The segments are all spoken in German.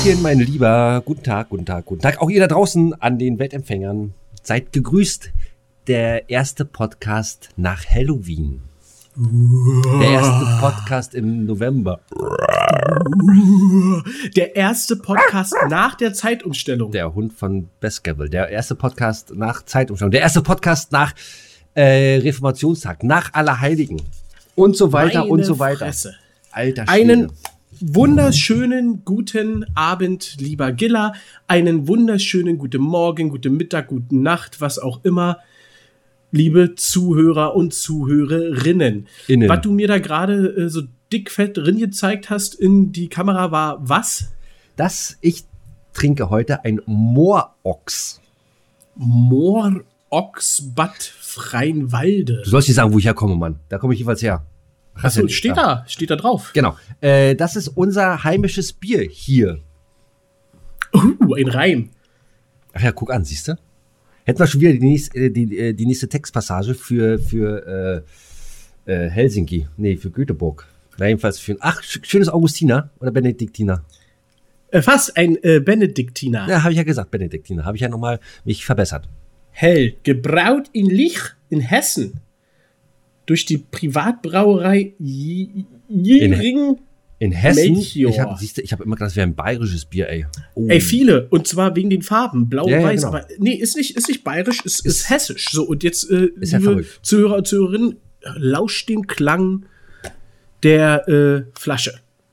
Hallöchen, mein Lieber. Guten Tag, guten Tag, guten Tag. Auch ihr da draußen an den Weltempfängern. Seid gegrüßt. Der erste Podcast nach Halloween. Der erste Podcast im November. Der erste Podcast nach der Zeitumstellung. Der Hund von Baskerville. Der erste Podcast nach Zeitumstellung. Der erste Podcast nach Reformationstag. Nach Allerheiligen. Und so weiter. Meine und so weiter. Fresse. Alter Schwede. Einen wunderschönen guten Abend, lieber Gilla. Einen wunderschönen guten Morgen, guten Mittag, guten Nacht, was auch immer. Liebe Zuhörer und Zuhörerinnen. Was du mir da gerade so dickfett drin gezeigt hast in die Kamera war was? Ich trinke heute ein Moorochs. Moorochs Bad Freienwalde. Du sollst nicht sagen, wo ich herkomme, Mann. Da komme ich jeweils her. Achso, steht da drauf. Genau. Das ist unser heimisches Bier hier. Ein Reim. Ach ja, guck an, siehst du? Hätten wir schon wieder die nächste Textpassage für Helsinki. Nee, für Göteborg. Na, jedenfalls schönes Augustiner oder Benediktiner? Fast ein Benediktiner. Ja, habe ich ja gesagt, Benediktiner. Habe ich ja nochmal mich verbessert. Hell, gebraut in Lich in Hessen. Durch die Privatbrauerei Jiering. In Hessen? Melchior. Ich hab immer gedacht, das wäre ein bayerisches Bier, ey. Oh. Ey, viele. Und zwar wegen den Farben. Blau und weiß. Genau. Aber nee, ist nicht bayerisch, ist hessisch. So, und jetzt, ist ja liebe verrückt. Zuhörer und Zuhörerinnen, lauscht den Klang der Flasche.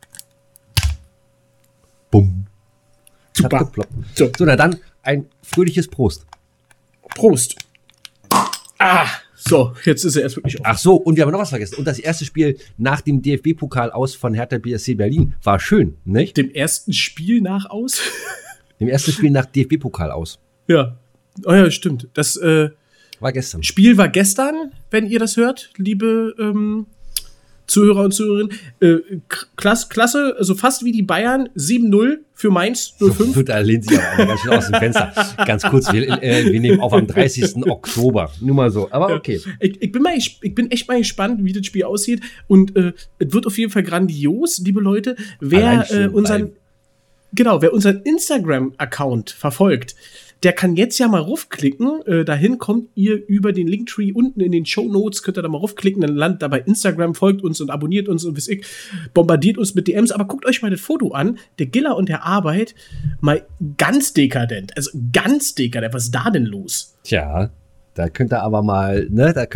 Bumm. Super. Hat geploppt. So, na dann ein fröhliches Prost. Prost. So, jetzt ist er erst wirklich auf. Ach so, und wir haben noch was vergessen. Und das erste Spiel nach dem DFB-Pokal aus von Hertha BSC Berlin war schön, nicht? Dem ersten Spiel nach aus? Dem ersten Spiel nach DFB-Pokal aus. Ja. Oh ja, stimmt. Das War gestern. Spiel war gestern, wenn ihr das hört, liebe Zuhörer und Zuhörerinnen. Klasse, also fast wie die Bayern, 7-0 für Mainz 05. Da lehnt sich aber ganz schön aus dem Fenster. Ganz kurz, wir nehmen auf am 30. Oktober. Nur mal so, aber okay. Ich bin echt mal gespannt, wie das Spiel aussieht. Und es wird auf jeden Fall grandios, liebe Leute. Wer unseren Instagram-Account verfolgt, der kann jetzt ja mal raufklicken. Dahin kommt ihr über den Linktree unten in den Shownotes. Könnt ihr da mal raufklicken. Dann landet da bei Instagram, folgt uns und abonniert uns und bombardiert uns mit DMs. Aber guckt euch mal das Foto an. Der Gilla und der Arbeit mal ganz dekadent. Also ganz dekadent. Was ist da denn los? Tja, da könnt ihr aber mal,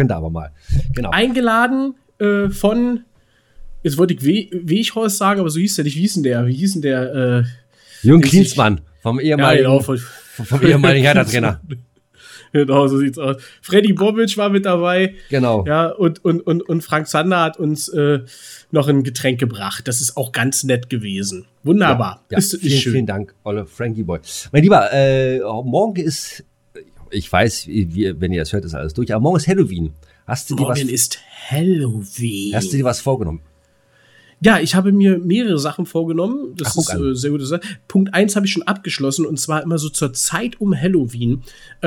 Genau. Eingeladen von, jetzt wollte ich Weghorst sagen, aber so hieß der nicht. Wie hieß denn der? Jürgen Klinsmann vom ehemaligen. Ja, genau, vom ehemaligen Hertha-Trainer. Genau, so sieht's aus. Freddy Bobic war mit dabei. Genau. Ja, und Frank Zander hat uns noch ein Getränk gebracht. Das ist auch ganz nett gewesen. Wunderbar. Ja, ist nicht schön. Vielen Dank, Olle Frankie Boy. Mein Lieber, morgen ist, ich weiß, wenn ihr das hört, ist alles durch, aber morgen ist Halloween. Morgen ist Halloween. Hast du dir was vorgenommen? Ja, ich habe mir mehrere Sachen vorgenommen. Das ist sehr gute Sache. Punkt 1 habe ich schon abgeschlossen und zwar immer so zur Zeit um Halloween.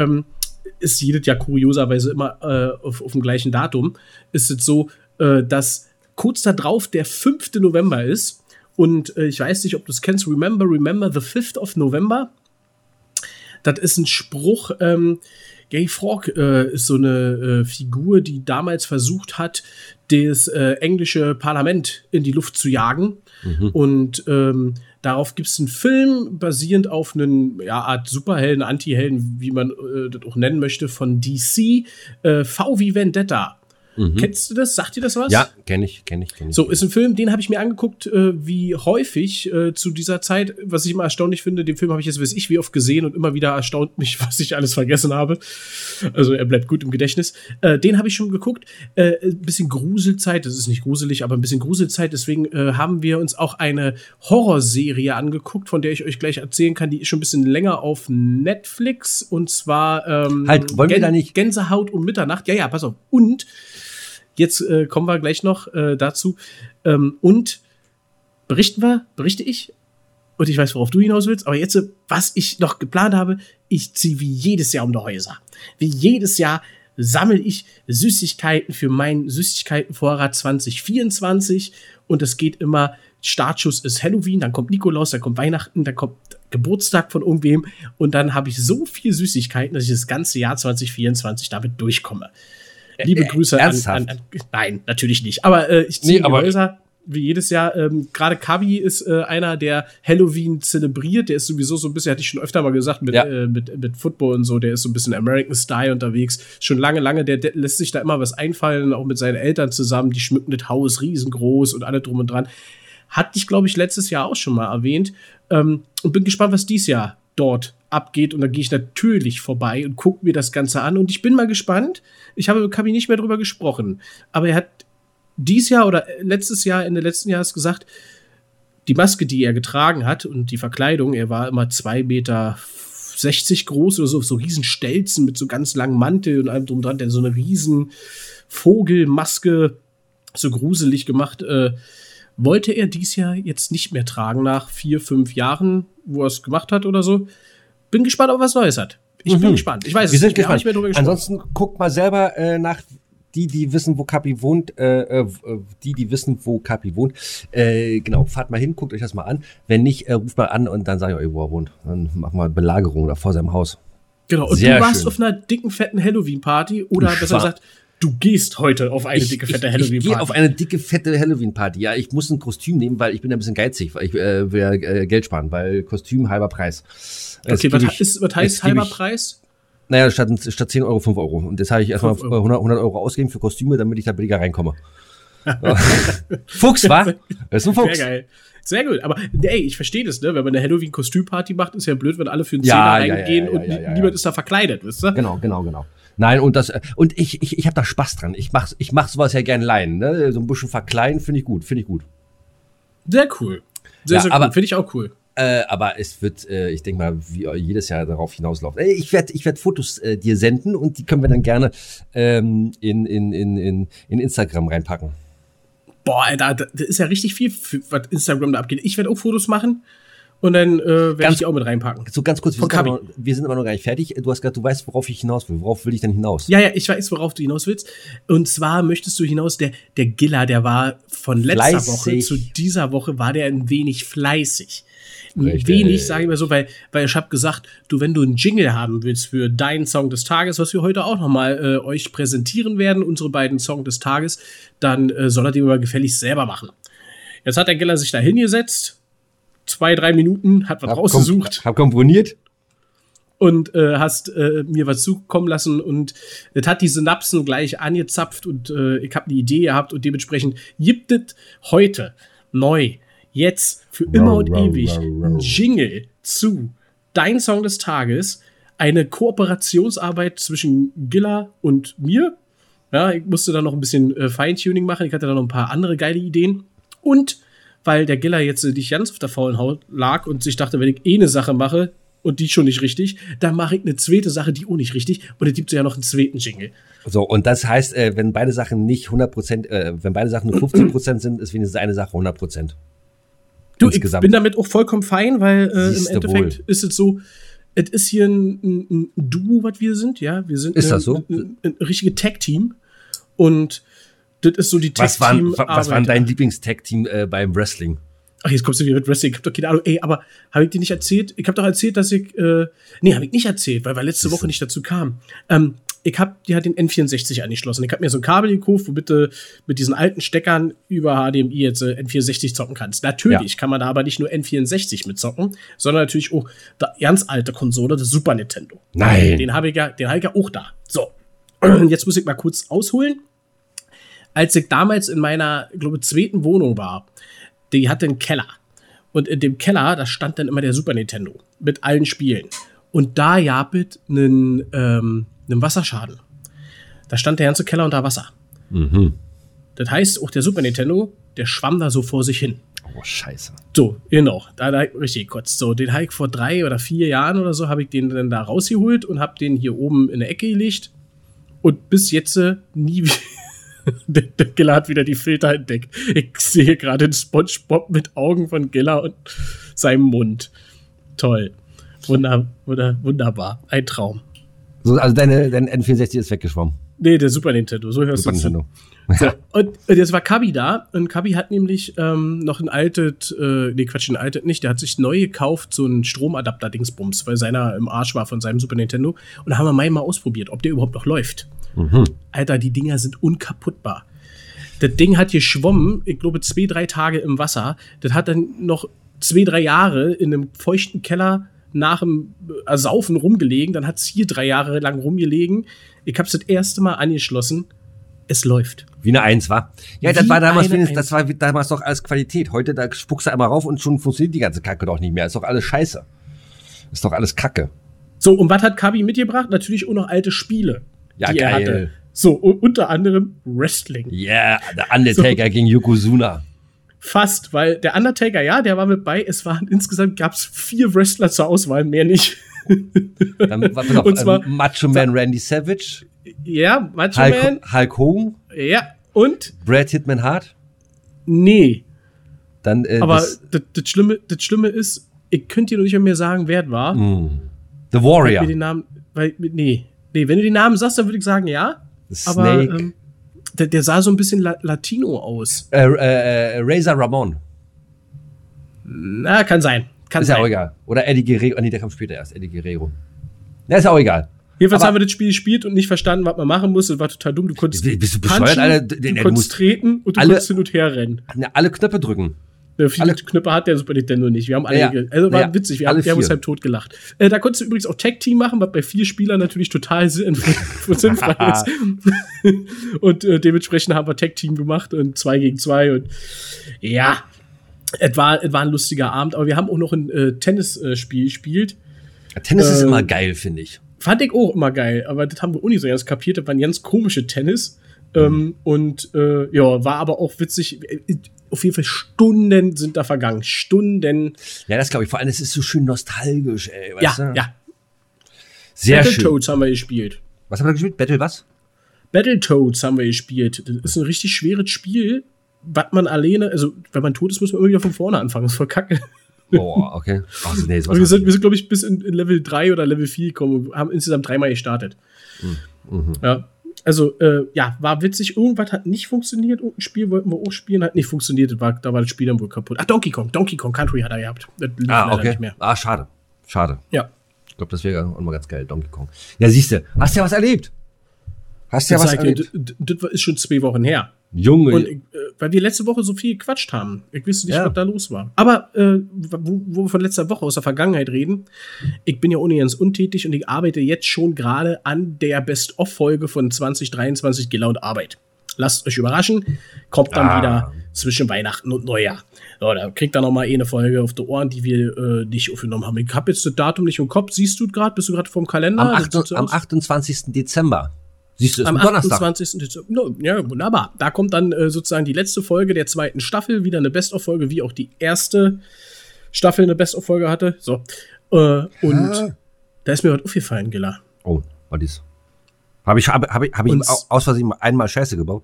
Ist jedes Jahr kurioserweise immer auf dem gleichen Datum. Ist es so, dass kurz da drauf der 5. November ist. Und ich weiß nicht, ob du es kennst. Remember the 5th of November. Das ist ein Spruch. Guy Fawkes ist so eine Figur, die damals versucht hat, das englische Parlament in die Luft zu jagen. Mhm. Und darauf gibt es einen Film, basierend auf einen Art Superhelden, Anti-Helden, wie man das auch nennen möchte, von DC, V wie Vendetta. Mhm. Kennst du das? Sagt dir das was? Ja, kenn ich. So, ist ein Film, den habe ich mir angeguckt, wie häufig zu dieser Zeit, was ich immer erstaunlich finde, den Film habe ich jetzt, weiß ich, wie oft gesehen und immer wieder erstaunt mich, was ich alles vergessen habe. Also er bleibt gut im Gedächtnis. Den habe ich schon geguckt. Ein bisschen Gruselzeit, das ist nicht gruselig, aber ein bisschen Gruselzeit, deswegen haben wir uns auch eine Horrorserie angeguckt, von der ich euch gleich erzählen kann, die ist schon ein bisschen länger auf Netflix und zwar wollen wir da nicht Gänsehaut um Mitternacht. Ja, pass auf. Und jetzt kommen wir gleich noch dazu. Und berichte ich, und ich weiß, worauf du hinaus willst, aber jetzt, was ich noch geplant habe, ich ziehe wie jedes Jahr um die Häuser. Wie jedes Jahr sammle ich Süßigkeiten für meinen Süßigkeitenvorrat 2024 und es geht immer Startschuss ist Halloween, dann kommt Nikolaus, dann kommt Weihnachten, dann kommt Geburtstag von irgendwem und dann habe ich so viel Süßigkeiten, dass ich das ganze Jahr 2024 damit durchkomme. Liebe Grüße an nein, natürlich nicht. Aber ich ziehe die Häuser wie jedes Jahr. Gerade Kavi ist einer, der Halloween zelebriert. Der ist sowieso so ein bisschen, hatte ich schon öfter mal gesagt, mit Football und so. Der ist so ein bisschen American Style unterwegs. Schon lange. Der lässt sich da immer was einfallen, auch mit seinen Eltern zusammen. Die schmücken das Haus riesengroß und alle drum und dran. Hatte ich, glaube ich, letztes Jahr auch schon mal erwähnt. Und bin gespannt, was dieses Jahr dort abgeht. Und da gehe ich natürlich vorbei und gucke mir das Ganze an. Und ich bin mal gespannt. Ich habe mit Kavi nicht mehr drüber gesprochen. Aber er hat dieses Jahr oder letztes Jahr, Ende letzten Jahres gesagt, die Maske, die er getragen hat und die Verkleidung, er war immer 2,60 Meter groß oder so riesen Stelzen mit so ganz langem Mantel und allem drum dran, der so eine riesen Vogelmaske so gruselig gemacht, wollte er dieses Jahr jetzt nicht mehr tragen, nach 4-5 Jahren, wo er es gemacht hat oder so. Bin gespannt, ob er was Neues hat. Ich bin gespannt. Ich weiß, wir sind gespannt. Nicht mehr drüber gesprochen. Ansonsten guckt mal selber nach die wissen, wo Kapi wohnt, die wissen, wo Kapi wohnt. Genau, fahrt mal hin, guckt euch das mal an. Wenn nicht, ruft mal an und dann sage ich euch, wo er wohnt. Dann machen wir Belagerung da vor seinem Haus. Genau, und sehr du warst schön auf einer dicken, fetten Halloween-Party oder besser gesagt, du gehst heute auf eine dicke, fette Halloween-Party. Ich gehe auf eine dicke, fette Halloween-Party. Ja, ich muss ein Kostüm nehmen, weil ich bin ein bisschen geizig, weil ich will Geld sparen, weil Kostüm halber Preis. Okay, was heißt halber Preis? Naja, statt 10 Euro, 5 Euro. Und jetzt habe ich erstmal 100 Euro ausgegeben für Kostüme, damit ich da billiger reinkomme. Fuchs, wa? Das ist ein Fuchs. Sehr geil. Sehr gut. Aber ey, ich verstehe das, ne? Wenn man eine Halloween-Kostümparty macht, ist ja blöd, wenn alle für einen Zehner reingehen und niemand ist da verkleidet, wisst ihr? Genau. Nein, und ich habe da Spaß dran. Ich mach sowas ja gerne allein, ne? So ein bisschen verkleiden finde ich gut. Sehr cool. Sehr cool. Finde ich auch cool. Aber es wird, ich denke mal, wie jedes Jahr darauf hinauslaufen. Ich werd Fotos dir senden und die können wir dann gerne in Instagram reinpacken. Boah, Alter, da ist ja richtig viel, was Instagram da abgeht. Ich werde auch Fotos machen und dann werde ich die auch mit reinpacken. So ganz kurz, wir sind aber noch gar nicht fertig. Du hast gesagt, du weißt, worauf ich hinaus will. Worauf will ich denn hinaus? Ja, ich weiß, worauf du hinaus willst. Und zwar möchtest du hinaus, der Giller, der war von letzter Woche zu dieser Woche, war der ein wenig fleißig. Richtig. Wenig, sage ich mal so, weil ich habe gesagt, wenn du einen Jingle haben willst für deinen Song des Tages, was wir heute auch nochmal euch präsentieren werden, unsere beiden Songs des Tages, dann soll er den mal gefälligst selber machen. Jetzt hat der Giller sich da hingesetzt, 2-3 Minuten, hat was rausgesucht. Hab komponiert. Und hast mir was zukommen lassen und das hat die Synapsen gleich angezapft und ich habe eine Idee gehabt und dementsprechend gibt es heute neu jetzt für immer und ewig ein Jingle zu Dein Song des Tages, eine Kooperationsarbeit zwischen Giller und mir. Ja, ich musste da noch ein bisschen Feintuning machen, ich hatte da noch ein paar andere geile Ideen. Und weil der Giller jetzt nicht ganz auf der faulen Haut lag und sich dachte, wenn ich eine Sache mache und die schon nicht richtig, dann mache ich eine zweite Sache, die auch nicht richtig. Und dann gibt es ja noch einen zweiten Jingle. So, und das heißt, wenn beide Sachen nicht 100%, wenn beide Sachen nur 50% sind, ist wenigstens eine Sache 100%. Du, insgesamt. Ich bin damit auch vollkommen fein, weil im Endeffekt ist es so, es ist hier ein Duo, was wir sind, ja. Wir sind ist das so? ein richtiges Tag-Team. Und das ist so die Tag-Team. Was war dein Lieblings-Tag-Team beim Wrestling? Ach, jetzt kommst du wieder mit Wrestling. Ich hab doch keine Ahnung. Ey, aber habe ich dir nicht erzählt? Ich habe doch erzählt, dass ich nee, habe ich nicht erzählt, weil letzte Woche nicht dazu kam. Ich habe die hat den N64 angeschlossen. Ich habe mir so ein Kabel gekauft, womit du mit diesen alten Steckern über HDMI jetzt N64 zocken kannst. Natürlich kann man da aber nicht nur N64 mit zocken, sondern natürlich auch die ganz alte Konsole, das Super Nintendo. Nein. Den habe ich ja auch da. So, und jetzt muss ich mal kurz ausholen. Als ich damals in meiner, glaube, zweiten Wohnung war, die hatte einen Keller. Und in dem Keller, da stand dann immer der Super Nintendo mit allen Spielen. Und da gab es einen Wasserschaden. Da stand der ganze Keller unter Wasser. Mhm. Das heißt, auch der Super Nintendo, der schwamm da so vor sich hin. Oh, scheiße. So, genau. Da richtig kurz. So, den habe ich vor 3 oder 4 Jahren oder so, habe ich den dann da rausgeholt und habe den hier oben in der Ecke gelegt. Und bis jetzt nie wieder. Der Giller hat wieder die Filter entdeckt. Ich sehe gerade den SpongeBob mit Augen von Giller und seinem Mund. Toll. Wunderbar. Ein Traum. So, also dein N64 ist weggeschwommen. Nee, der Super Nintendo, so hörst du es. So, und jetzt war Kabi da und Kabi hat nämlich noch ein altes, der hat sich neu gekauft, so ein Stromadapter-Dingsbums, weil seiner im Arsch war von seinem Super Nintendo. Und da haben wir mal ausprobiert, ob der überhaupt noch läuft. Mhm. Alter, die Dinger sind unkaputtbar. Das Ding hat geschwommen, ich glaube 2-3 Tage im Wasser. Das hat dann noch 2-3 Jahre in einem feuchten Keller nach dem Saufen rumgelegen. Dann hat es hier 3 Jahre lang rumgelegen. Ich habe es das erste Mal angeschlossen. Es läuft. Wie eine 1, war. Ja, das war damals doch alles Qualität. Heute, da spuckst du einmal rauf und schon funktioniert die ganze Kacke doch nicht mehr. Ist doch alles scheiße. Ist doch alles Kacke. So, und was hat Kabi mitgebracht? Natürlich auch noch alte Spiele, ja, die geil. er hatte. So, unter anderem Wrestling. Ja, yeah, der Undertaker gegen Yokozuna. Fast, weil der Undertaker, ja, der war mit bei. Insgesamt gab es 4 Wrestler zur Auswahl, mehr nicht. Dann war und zwar Macho Man Randy Savage. Ja, Macho Man. Hulk Hogan. Ja, und? Bret Hitman Hart. Nee. Dann, aber das Schlimme ist, ich könnte dir noch nicht mehr sagen, wer es war. The Warrior. Nee, wenn du den Namen sagst, dann würde ich sagen, ja. Snake. Aber der sah so ein bisschen Latino aus. Razor Ramon. Na, kann sein. Ist ja auch egal. Oder Eddie Guerrero. Nee, der kam später erst. Eddie Guerrero. Na, ist ja auch egal. Jedenfalls haben wir das Spiel gespielt und nicht verstanden, was man machen muss. Das war total dumm. Du konntest bist du bescheuert, Alter? Du konntest treten und du konntest hin und her rennen. Alle Knöpfe drücken. Viele Knöpfe hat der Super Nintendo nicht. Wir haben alle, war witzig, wir haben uns halb tot gelacht. Da konntest du übrigens auch Tag-Team machen, was bei 4 Spielern natürlich total sinnfrei ist. Und dementsprechend haben wir Tag-Team gemacht und 2 gegen 2 und ja, es war ein lustiger Abend, aber wir haben auch noch ein Tennisspiel gespielt. Tennis ist immer geil, finde ich. Fand ich auch immer geil, aber das haben wir auch nicht so ganz kapiert. Das waren ganz komische Tennis. War aber auch witzig. Auf jeden Fall Stunden sind da vergangen. Stunden. Ja, das glaube ich. Vor allem, es ist so schön nostalgisch, ey. Weißt du? Ja. Sehr schön. Battletoads haben wir gespielt. Was haben wir gespielt? was? Battletoads haben wir gespielt. Das ist ein richtig schweres Spiel, was man alleine, also wenn man tot ist, muss man immer wieder von vorne anfangen. Das ist voll kacke. Oh, okay. Ach, nee, wir sind glaube ich, bis in Level 3 oder Level 4 gekommen und haben insgesamt 3-mal gestartet. Mhm. Ja. Also, war witzig. Irgendwas hat nicht funktioniert. Irgendein Spiel wollten wir auch spielen, hat nicht funktioniert. Da war das Spiel dann wohl kaputt. Ach, Donkey Kong Country hat er gehabt. Das lief leider nicht mehr. Ah, schade. Ja. Ich glaube, das wäre auch mal ganz geil, Donkey Kong. Ja, siehste, hast ja was erlebt. Das ist schon 2 Wochen her. Junge. Und weil wir letzte Woche so viel gequatscht haben. Ich wüsste nicht, was da los war. Aber wo wir von letzter Woche aus der Vergangenheit reden, ich bin ja ohne ganz untätig und ich arbeite jetzt schon gerade an der Best-of-Folge von 2023 Gelaunt Arbeit. Lasst euch überraschen. Kommt dann wieder zwischen Weihnachten und Neujahr. So, da kriegt ihr noch mal eine Folge auf die Ohren, die wir nicht aufgenommen haben. Ich habe jetzt das Datum nicht im Kopf. Siehst du gerade? Bist du gerade vom Kalender? Am 28. Dezember. Siehst du, ist am Donnerstag. 28. Dezember. Ja, wunderbar. Da kommt dann sozusagen die letzte Folge der 2. Staffel, wieder eine Best-of-Folge, wie auch die erste Staffel eine Best-of-Folge hatte. So. Und da ist mir was aufgefallen, Gilla. Oh, was ist? Hab ich aus Versehen einmal Scheiße gebaut?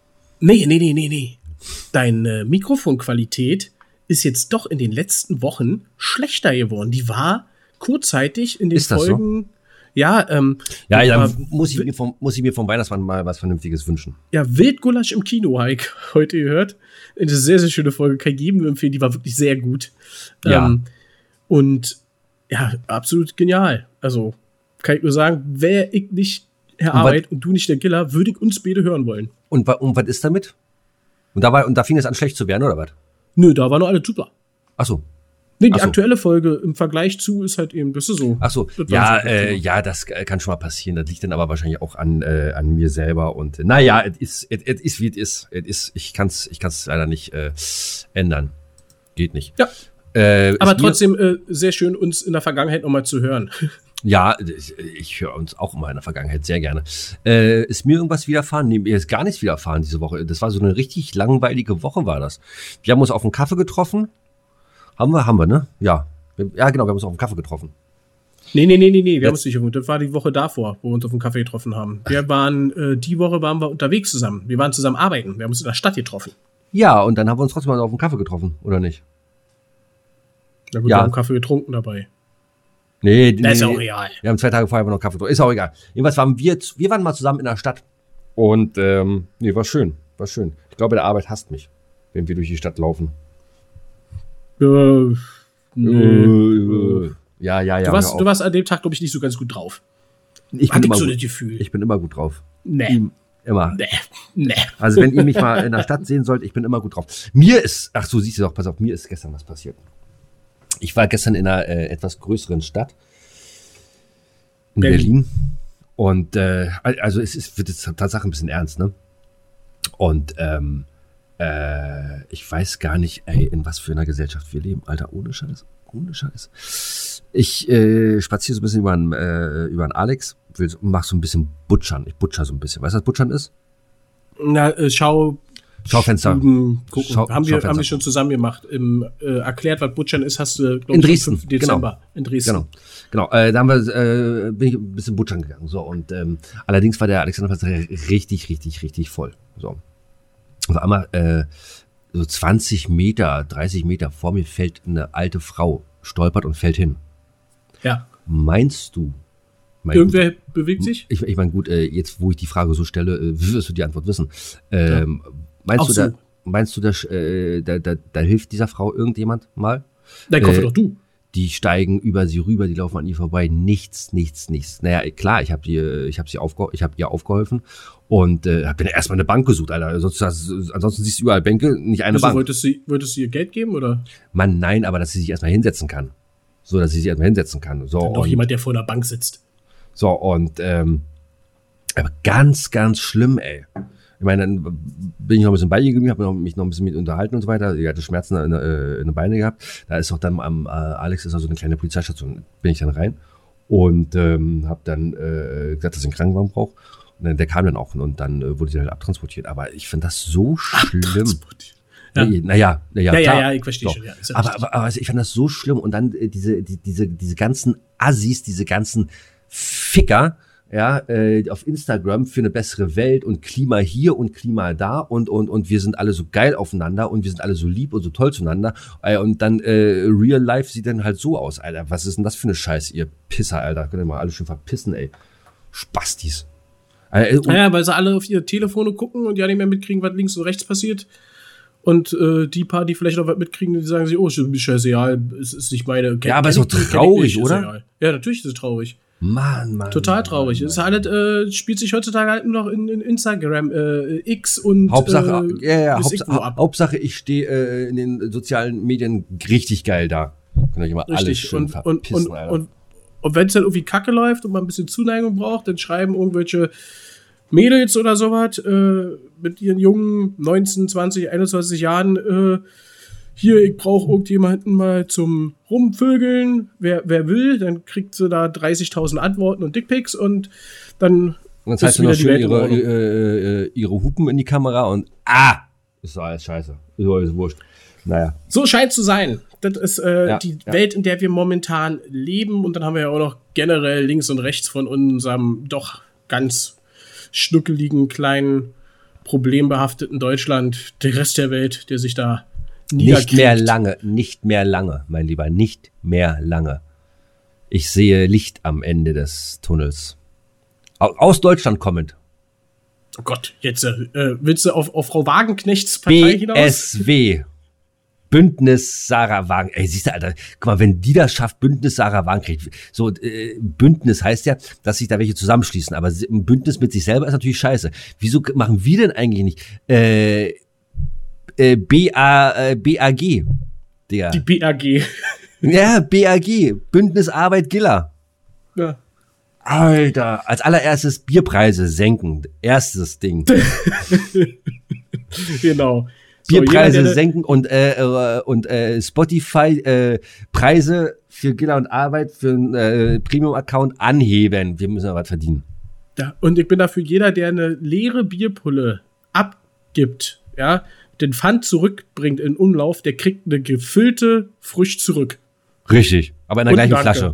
Nee. Deine Mikrofonqualität ist jetzt doch in den letzten Wochen schlechter geworden. Die war kurzzeitig in den Folgen. So? Ja, muss ich mir vom Weihnachtsmann mal was Vernünftiges wünschen. Ja, Wildgulasch im Kino habe ich heute gehört. Eine sehr, sehr schöne Folge, kann ich jedem nur empfehlen, die war wirklich sehr gut. Ja. Und ja, absolut genial. Also, kann ich nur sagen, wäre ich nicht Herr Arbeit und du nicht der Giller, würde ich uns beide hören wollen. Und was ist damit? Und da fing es an, schlecht zu werden, oder was? Nö, da war noch alles super. Ach so. Nee, die aktuelle Folge im Vergleich zu ist halt eben, das ist so. Ach so, das kann schon mal passieren. Das liegt dann aber wahrscheinlich auch an mir selber. Und naja, es ist, wie es ist. Ich kann's leider nicht ändern. Geht nicht. Ja. Aber trotzdem sehr schön, uns in der Vergangenheit nochmal zu hören. Ja, ich höre uns auch immer in der Vergangenheit sehr gerne. Ist mir irgendwas widerfahren? Nee, mir ist gar nichts widerfahren diese Woche. Das war so eine richtig langweilige Woche, war das. Wir haben uns auf einen Kaffee getroffen. Haben wir, ne? Ja. Ja, genau, wir haben uns auf einen Kaffee getroffen. Nee, wir haben uns nicht gefunden. Das war die Woche davor, wo wir uns auf einen Kaffee getroffen haben. Die Woche waren wir unterwegs zusammen. Wir waren zusammen arbeiten. Wir haben uns in der Stadt getroffen. Ja, und dann haben wir uns trotzdem mal auf einen Kaffee getroffen, oder nicht? Na gut, wir haben Kaffee getrunken dabei. Nee. Das ist auch real. Wir haben 2 Tage vorher noch Kaffee getrunken. Ist auch egal. Jedenfalls wir waren mal zusammen in der Stadt Und nee, war schön. Ich glaube, der Arbeit hasst mich, wenn wir durch die Stadt laufen. Nee. Ja. Du warst an dem Tag, glaube ich, nicht so ganz gut drauf. Ich bin immer gut drauf. Nee. Immer. Nee. Also wenn ihr mich mal in der Stadt sehen sollt, ich bin immer gut drauf. Siehst du doch, pass auf, mir ist gestern was passiert. Ich war gestern in einer etwas größeren Stadt. In Berlin. Und also wird jetzt Tatsache ein bisschen ernst, ne? Und ich weiß gar nicht, in was für einer Gesellschaft wir leben. Alter, ohne Scheiß. Ich spaziere so ein bisschen über einen Alex, mach so ein bisschen Butchern. Ich butcher so ein bisschen. Weißt du, was Butchern ist? Na, Schaufenster. Haben wir schon zusammen gemacht. Erklärt, was Butchern ist, hast du, glaube ich, in Dresden. 5. Dezember. In Dresden. Genau. Da bin ich ein bisschen butchern gegangen. So, und allerdings war der Alexanderplatz richtig voll. So. Auf einmal so 20 Meter, 30 Meter vor mir fällt eine alte Frau, stolpert und fällt hin. Ja. Meinst du? Irgendwer bewegt sich? Ich meine, gut, jetzt, wo ich die Frage so stelle, wirst du die Antwort wissen. Meinst du, da hilft dieser Frau irgendjemand mal? Nein, hoffe doch du. Die steigen über sie rüber, die laufen an ihr vorbei, nichts. Naja, klar, ich habe ihr aufgeholfen und habe dann erstmal eine Bank gesucht, Alter. Ansonsten siehst du überall Bänke, nicht eine Bank. Wolltest du ihr Geld geben, oder? Mann, nein, aber dass sie sich erstmal hinsetzen kann. So, Dann doch jemand, der vor einer Bank sitzt. So, und aber ganz schlimm, ey. Ich meine, dann bin ich noch ein bisschen bei ihr geblieben, habe mich noch ein bisschen mit unterhalten und so weiter. Sie hatte Schmerzen in den Beinen gehabt. Da ist auch dann am Alex ist also eine kleine Polizeistation. Bin ich dann rein und habe dann gesagt, dass ich einen Krankenwagen brauche. Und dann, der kam dann auch und dann wurde sie halt abtransportiert. Aber ich finde das so schlimm. Ja. Ja, ich verstehe schon. Ja, aber ich fand das so schlimm. Und dann diese ganzen Assis, diese ganzen Ficker, ja, auf Instagram für eine bessere Welt und Klima hier und Klima da und wir sind alle so geil aufeinander und wir sind alle so lieb und so toll zueinander und dann Real Life sieht dann halt so aus, Alter. Was ist denn das für eine Scheiße, ihr Pisser, Alter. Könnt ihr mal alle schön verpissen, ey. Spastis. Naja, weil sie alle auf ihre Telefone gucken und ja nicht mehr mitkriegen, was links und rechts passiert. Und die paar, die vielleicht noch was mitkriegen, die sagen sich, oh, ist mir scheißegal, es ist nicht meine... Ja, aber ist doch traurig, oder? Ja, natürlich ist es traurig. Mann. Total traurig. Es ist halt, spielt sich heutzutage halt nur noch in Instagram, X und Hauptsache ich stehe in den sozialen Medien richtig geil da. Könnt euch immer alles schön verpissen, Alter. Und wenn es dann irgendwie Kacke läuft und man ein bisschen Zuneigung braucht, dann schreiben irgendwelche Mädels oder sowas mit ihren jungen 19, 20, 21 Jahren hier, ich brauche irgendjemanden mal zum Rumvögeln, wer will, dann kriegt sie da 30.000 Antworten und Dickpics und dann zeigt sie noch schön ihre Hupen in die Kamera und ist doch alles scheiße. Ist alles wurscht. Naja. So scheint zu sein. Das ist die Welt, in der wir momentan leben und dann haben wir ja auch noch generell links und rechts von unserem doch ganz schnuckeligen, kleinen, problembehafteten Deutschland, der Rest der Welt, der sich da nicht mehr lange, mein Lieber, nicht mehr lange. Ich sehe Licht am Ende des Tunnels. Aus Deutschland kommend. Oh Gott, jetzt willst du auf Frau Wagenknechts Partei hinaus? BSW. Bündnis Sarah Wagen. Ey, siehst du, Alter, guck mal, wenn die das schafft, Bündnis Sarah Wagenknecht. So, Bündnis heißt ja, dass sich da welche zusammenschließen. Aber ein Bündnis mit sich selber ist natürlich scheiße. Wieso machen wir denn eigentlich nicht BAG, Digga. Die BAG. Ja, BAG. Bündnis Arbeit Giller. Ja. Alter, als allererstes Bierpreise senken. Erstes Ding. Genau. Bierpreise senken und Spotify Preise für Giller und Arbeit für einen Premium-Account anheben. Wir müssen ja was verdienen. Ja, und ich bin dafür, jeder, der eine leere Bierpulle abgibt, ja, den Pfand zurückbringt in Umlauf, der kriegt eine gefüllte frisch zurück. Richtig, aber in der gleichen Flasche.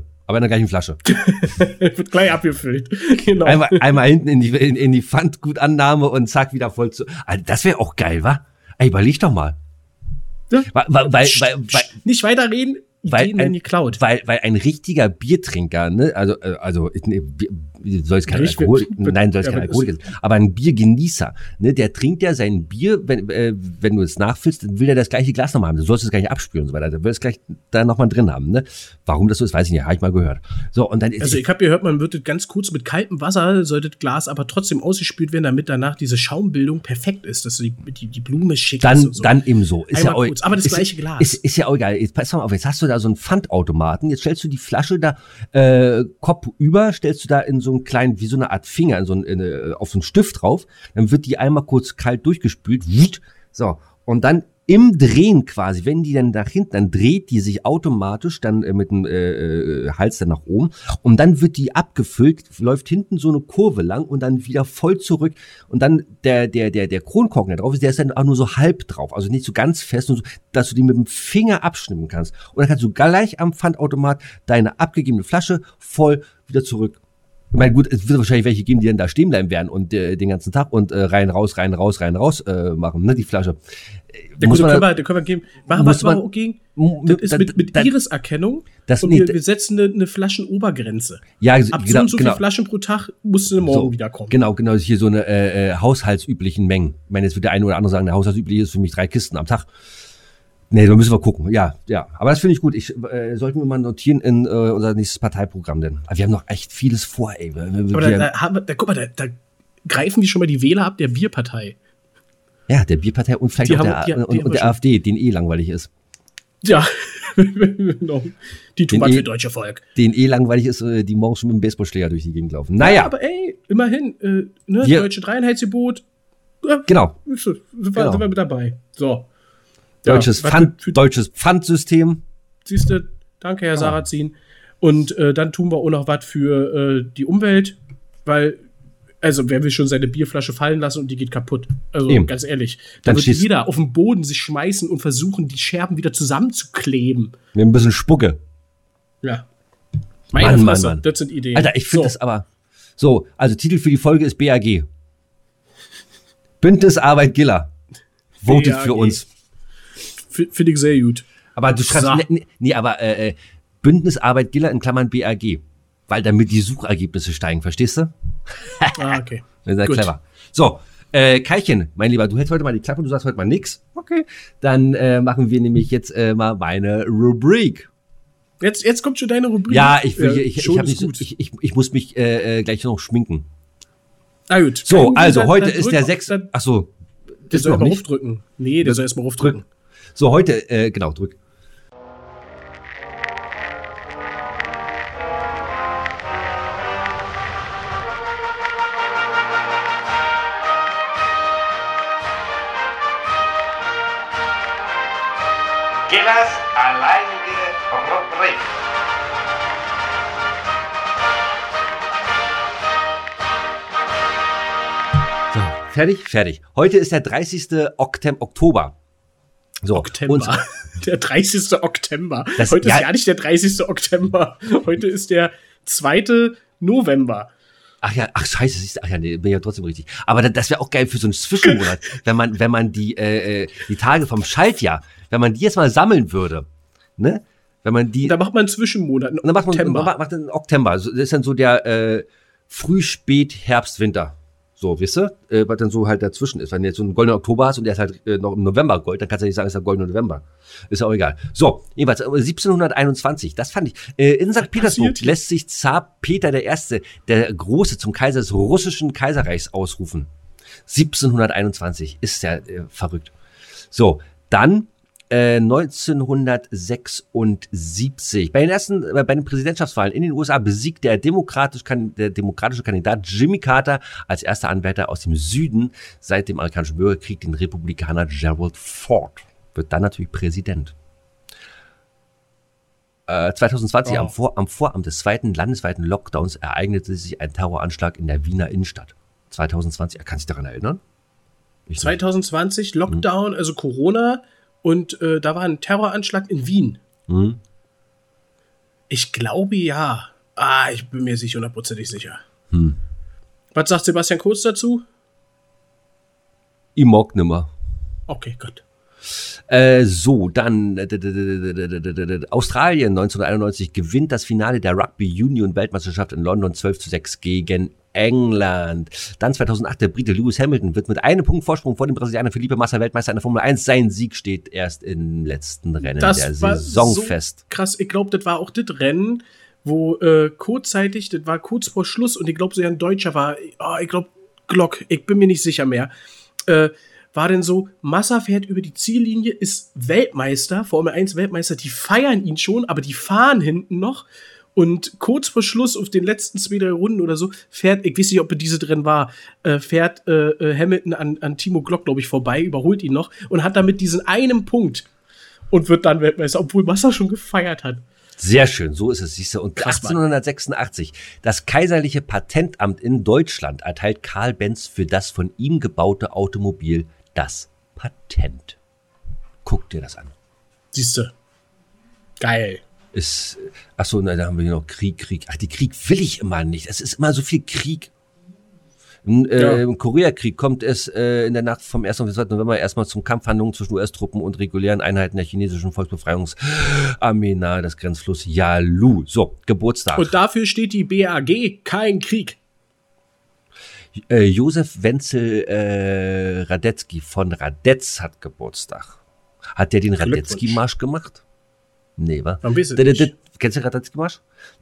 Wird gleich abgefüllt. Genau. Einmal hinten in die Pfandgutannahme und zack, wieder voll zu. Also das wäre auch geil, wa? Ey, überleg doch mal. Ja. Nicht weiterreden, Ideen werden geklaut. Weil ein richtiger Biertrinker, ne, also soll es kein Alkohol, nein, soll es kein Alkohol sein. Aber ein Biergenießer, ne, der trinkt ja sein Bier, wenn du es nachfüllst, dann will er das gleiche Glas nochmal haben. Du sollst es gar nicht abspülen und so weiter. Der will es gleich da nochmal drin haben, ne? Warum das so ist, weiß ich nicht, habe ich mal gehört. So, und dann ist also ich habe gehört, man wird ganz kurz mit kaltem Wasser, sollte das Glas aber trotzdem ausgespült werden, damit danach diese Schaumbildung perfekt ist, dass die Blume schick ist und so. Dann eben so. Ist ja kurz, aber das gleiche Glas. Ist ja auch egal. Jetzt pass mal auf, jetzt hast du da so einen Pfandautomaten, jetzt stellst du die Flasche da Kopf über, stellst du da in so einen kleinen, wie so eine Art Finger, auf so einen Stift drauf, dann wird die einmal kurz kalt durchgespült, so, und dann im Drehen quasi, wenn die dann nach hinten, dann dreht die sich automatisch dann mit dem Hals dann nach oben und dann wird die abgefüllt, läuft hinten so eine Kurve lang und dann wieder voll zurück und dann der Kronkorken da drauf ist, der ist dann auch nur so halb drauf, also nicht so ganz fest, so, dass du die mit dem Finger abschnippen kannst und dann kannst du gleich am Pfandautomat deine abgegebene Flasche voll wieder zurück. Ich meine, gut, es wird wahrscheinlich welche geben, die dann da stehen bleiben werden und den ganzen Tag und rein, raus machen, ne, die Flasche. Da können wir geben. Machen wir auch gegen. Das ist mit Iris-Erkennung. Wir setzen eine Flaschenobergrenze. Ja, ab so und so viele Flaschen pro Tag musst du morgen wiederkommen. Genau, hier so eine haushaltsüblichen Mengen. Ich meine, jetzt wird der eine oder andere sagen, der haushaltsübliche ist für mich 3 Kisten am Tag. Nee, da müssen wir gucken. Ja. Aber das finde ich gut. Sollten wir mal notieren in unser nächstes Parteiprogramm denn. Aber wir haben noch echt vieles vor, ey. Aber guck mal, da greifen die schon mal die Wähler ab der Bierpartei. Ja, der Bierpartei und vielleicht auch der AfD, den langweilig ist. Ja, genau. Die tun was für deutsche Volk. Den langweilig ist, die morgens schon mit dem Baseballschläger durch die Gegend laufen. Naja. Ja, aber ey, immerhin, deutsche Dreieinheitsgebot. Genau. Sind wir mit dabei. So. Deutsches Pfandsystem. Siehst du, danke, Herr Sarrazin. Und dann tun wir auch noch was für die Umwelt, weil, also wer will schon seine Bierflasche fallen lassen und die geht kaputt? Also ganz ehrlich, da wird jeder auf den Boden sich schmeißen und versuchen, die Scherben wieder zusammenzukleben. Mit ein bisschen Spucke. Ja. Meine Fresse, das sind Ideen. Alter, ich finde das aber so, also Titel für die Folge ist BAG. Bündnis Arbeit Giller. Votet für uns. Finde ich sehr gut. Aber du schreibst, Bündnis Arbeit Giller in Klammern BAG. Weil damit die Suchergebnisse steigen, verstehst du? Okay. Das ist ja clever. So, Kaichen, mein Lieber, du hältst heute mal die Klappe, du sagst heute mal nix. Okay. Dann machen wir nämlich jetzt mal meine Rubrik. Jetzt kommt schon deine Rubrik. Ja, ich muss mich gleich noch schminken. Ah, gut. So, also heute ist der 6. Achso. Der soll erstmal aufdrücken. Nee, der soll erstmal aufdrücken. So, heute, genau, drück. Gillers alleinige Rubrik. So, fertig. Heute ist der 30. Oktober. So, Oktober. Der 30. Oktober. Heute ist ja nicht der 30. Oktober. Heute ist der 2. November. Ach scheiße, nee, bin ja trotzdem richtig. Aber das wäre auch geil für so einen Zwischenmonat, wenn man die Tage vom Schaltjahr, wenn man die jetzt mal sammeln würde, ne? Wenn man die. Da macht man einen Zwischenmonat. Dann macht man Oktober. Das ist dann so der Früh-, Spät-, Herbst-, Winter. So, wisst ihr? Was dann so halt dazwischen ist. Wenn du jetzt so einen goldenen Oktober hast und der ist halt noch im November Gold, dann kannst du ja nicht sagen, es ist der goldene November. Ist ja auch egal. So, jedenfalls 1721, das fand ich. In St. Petersburg lässt sich Zar Peter I., der Große, zum Kaiser des russischen Kaiserreichs ausrufen. 1721, ist ja verrückt. So, dann 1976. Bei den Präsidentschaftswahlen in den USA besiegt der demokratische Kandidat Jimmy Carter als erster Anwärter aus dem Süden seit dem amerikanischen Bürgerkrieg den Republikaner Gerald Ford. Wird dann natürlich Präsident. 2020 am Vorabend des zweiten landesweiten Lockdowns ereignete sich ein Terroranschlag in der Wiener Innenstadt. 2020, kannst du dich daran erinnern? 2020 Lockdown, also Corona. Und da war ein Terroranschlag in Wien. Mhm. Ich glaube, ja. Ich bin mir nicht hundertprozentig sicher. Was sagt Sebastian Kurz dazu? Ich mag nimmer. Okay, gut. So, dann Australien 1991 gewinnt das Finale der Rugby Union Weltmeisterschaft in London 12:6 gegen England. Dann 2008 der Brite Lewis Hamilton wird mit einem Punkt Vorsprung vor dem Brasilianer Felipe Massa Weltmeister in der Formel 1. Sein Sieg steht erst im letzten Rennen der Saison fest. Krass, ich glaube, das war auch das Rennen, wo kurzzeitig, das war kurz vor Schluss und ich glaube, so ein Deutscher war, ich glaube, Glock, ich bin mir nicht sicher mehr, war denn so, Massa fährt über die Ziellinie, ist Weltmeister, Formel 1 Weltmeister, die feiern ihn schon, aber die fahren hinten noch und kurz vor Schluss auf den letzten 2-3 Runden oder so fährt, ich weiß nicht, ob er diese drin war, fährt Hamilton an Timo Glock, glaube ich, vorbei, überholt ihn noch und hat damit diesen einen Punkt und wird dann Weltmeister, obwohl Massa schon gefeiert hat. Sehr schön, so ist es, siehst du. Und 1886, das Kaiserliche Patentamt in Deutschland erteilt Karl Benz für das von ihm gebaute Automobil das Patent. Guck dir das an. Siehst du. Geil. Achso, da haben wir hier noch Krieg. Ach, die Krieg will ich immer nicht. Es ist immer so viel Krieg. Im Koreakrieg kommt es in der Nacht vom 1. auf den 2. November erstmal zum Kampfhandlungen zwischen US-Truppen und regulären Einheiten der chinesischen Volksbefreiungsarmee nahe des Grenzflusses Yalu. So, Geburtstag. Und dafür steht die BAG, kein Krieg. Josef Wenzel Radetzky von Radetz hat Geburtstag. Hat der den Radetzky-Marsch gemacht? Nee, wa? Kennst du den Radetzky-Marsch?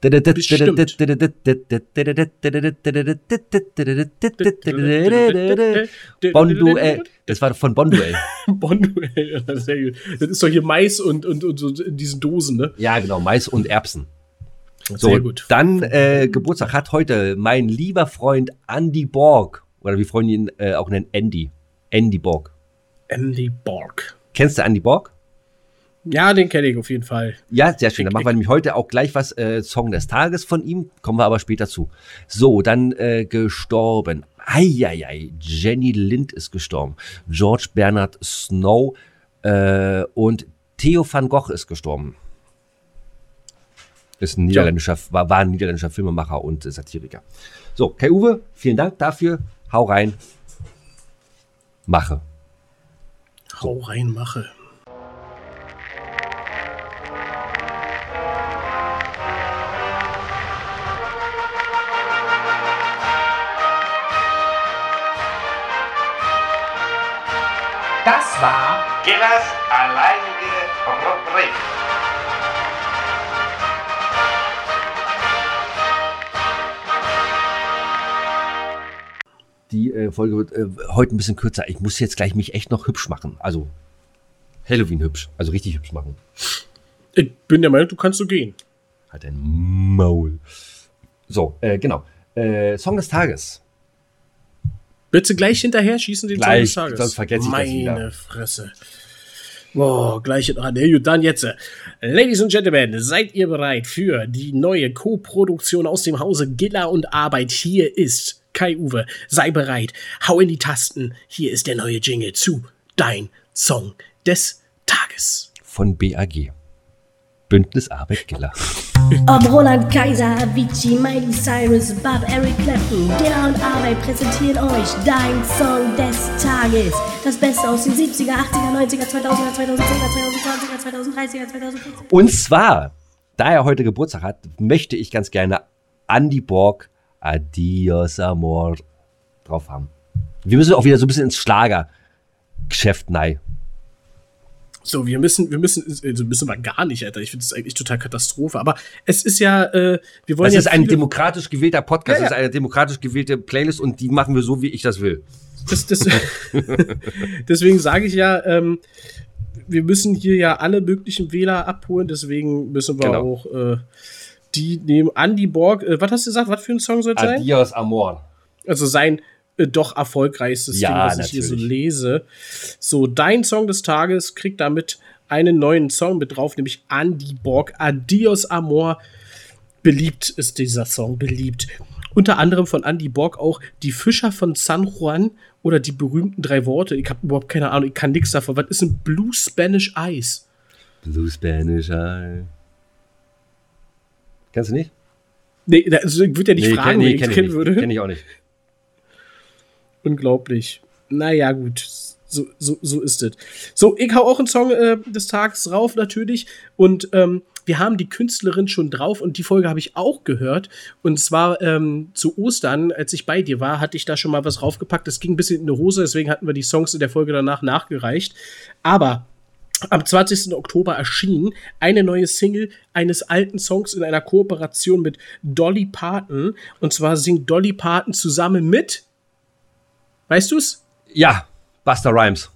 Bonduell. Das war von Bonduell. Bonduell, das ist sehr gut. Das ist doch hier Mais und so in diesen Dosen, ne? Ja, genau, Mais und Erbsen. So, sehr gut. Dann Geburtstag hat heute mein lieber Freund Andy Borg. Oder wie Freunde ihn auch nennen, Andy. Andy Borg. Andy Borg. Kennst du Andy Borg? Ja, den kenne ich auf jeden Fall. Ja, sehr schön. Dann machen wir nämlich heute auch gleich was Song des Tages von ihm. Kommen wir aber später zu. So, dann gestorben. Jenny Lind ist gestorben. George Bernard Snow und Theo van Gogh ist gestorben. Ist ein niederländischer, war ein niederländischer Filmemacher und Satiriker. So, Kai-Uwe, vielen Dank dafür. Hau rein. Mache. Hau rein, mache. Das war Gillers alleinige Rubrik. Die Folge wird heute ein bisschen kürzer. Ich muss jetzt gleich mich echt noch hübsch machen. Also Halloween hübsch. Also richtig hübsch machen. Ich bin der Meinung, du kannst so gehen. Halt ein Maul. So, genau. Song des Tages. Willst du gleich hinterher schießen den Song des Tages? Sonst vergesse ich das wieder. Meine Fresse. Boah, gleich dann jetzt. Ladies and Gentlemen, seid ihr bereit für die neue Co-Produktion aus dem Hause Giller und Arbeit? Hier ist Kai-Uwe. Sei bereit. Hau in die Tasten. Hier ist der neue Jingle zu Dein Song des Tages. Von BAG. Bündnis Arbeit Giller. Ob Roland Kaiser, Avicii, Miley Cyrus, Bob, Eric Clapton, Giller und Arbeit präsentieren euch Dein Song des Tages. Das Beste aus den 70er, 80er, 90er, 2000er, 2010er, 2020er, 2030er, 2040er. Und zwar, da er heute Geburtstag hat, möchte ich ganz gerne Andy Borg Adios Amor drauf haben. Wir müssen auch wieder so ein bisschen ins Schlagergeschäft rein. So, wir müssen wir gar nicht, Alter. Ich finde das eigentlich total Katastrophe. Aber es ist ja, wir wollen das ja. Das ist ein demokratisch gewählter Podcast, das ist eine demokratisch gewählte Playlist und die machen wir so, wie ich das will. Deswegen sage ich ja, wir müssen hier ja alle möglichen Wähler abholen, deswegen müssen wir auch die nehmen. Andy Borg, was hast du gesagt, was für ein Song soll es sein? Adios Amor. Also sein doch erfolgreichstes Ding, was ich hier so lese. So, dein Song des Tages kriegt damit einen neuen Song mit drauf, nämlich Andy Borg, Adios Amor. Beliebt ist dieser Song, beliebt. Unter anderem von Andy Borg auch Die Fischer von San Juan oder die berühmten 3 Worte. Ich habe überhaupt keine Ahnung, ich kann nichts davon. Was ist ein Blue Spanish Eyes? Blue Spanish Eyes. Kennst du nicht? Nee, also ich würde ja nicht fragen, wenn ich es kennen würde. Kenn ich auch nicht. Unglaublich. Naja, gut. So ist es. So, ich hau auch einen Song des Tages rauf, natürlich. Und wir haben die Künstlerin schon drauf und die Folge habe ich auch gehört. Und zwar zu Ostern, als ich bei dir war, hatte ich da schon mal was raufgepackt. Das ging ein bisschen in die Hose, deswegen hatten wir die Songs in der Folge danach nachgereicht. Aber am 20. Oktober erschien eine neue Single eines alten Songs in einer Kooperation mit Dolly Parton. Und zwar singt Dolly Parton zusammen mit, weißt du's? Ja, Busta Rhymes.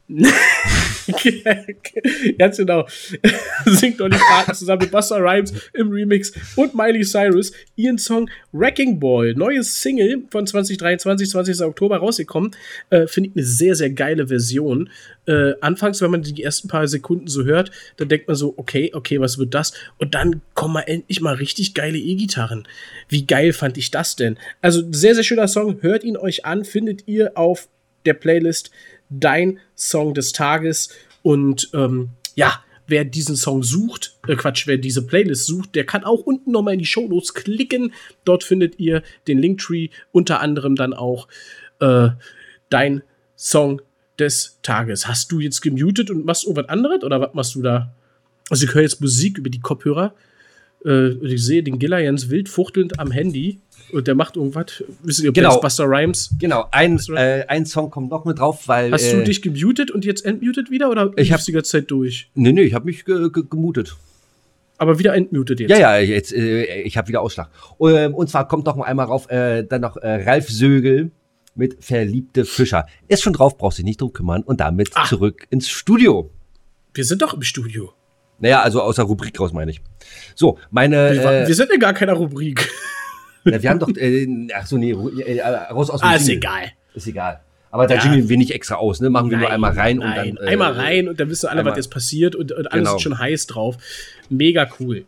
Ganz genau. Singt Dolly Parton zusammen mit Busta Rhymes im Remix und Miley Cyrus ihren Song Wrecking Ball. Neues Single von 2023, 20. Oktober rausgekommen. Finde ich eine sehr, sehr geile Version. Anfangs, wenn man die ersten paar Sekunden so hört, dann denkt man so, okay, was wird das? Und dann kommen mal endlich mal richtig geile E-Gitarren. Wie geil fand ich das denn? Also, sehr, sehr schöner Song. Hört ihn euch an. Findet ihr auf der Playlist Dein Song des Tages. Und wer diesen Song sucht, wer diese Playlist sucht, der kann auch unten nochmal in die Shownotes klicken. Dort findet ihr den Linktree, unter anderem dann auch Dein Song des Tages. Hast du jetzt gemutet und machst irgendwas anderes oder was machst du da? Also ich höre jetzt Musik über die Kopfhörer. Ich sehe den Giller Jens wild fuchtelnd am Handy. Und der macht irgendwas. Wisst ihr, genau. Busta Rhymes? Genau, ein Song kommt noch mit drauf, weil. Hast du dich gemutet und jetzt entmutet wieder oder ich hab's die ganze Zeit durch? Nee, ich habe mich gemutet. Aber wieder entmutet jetzt? Ja, jetzt, ich habe wieder Ausschlag. Und zwar kommt noch mal einmal rauf, dann noch Ralf Sögel mit Verliebte Fischer. Ist schon drauf, brauchst dich nicht drum kümmern. Und damit zurück ins Studio. Wir sind doch im Studio. Naja, also aus der Rubrik raus, meine ich. So, wir sind in gar keiner Rubrik. Ja, wir haben doch, raus aus dem ist egal. Ist egal. Aber da jingeln wir nicht extra aus, ne? Machen wir nur einmal rein und dann. Einmal rein und dann wissen alle, was jetzt passiert und alles ist schon heiß drauf. Mega cool.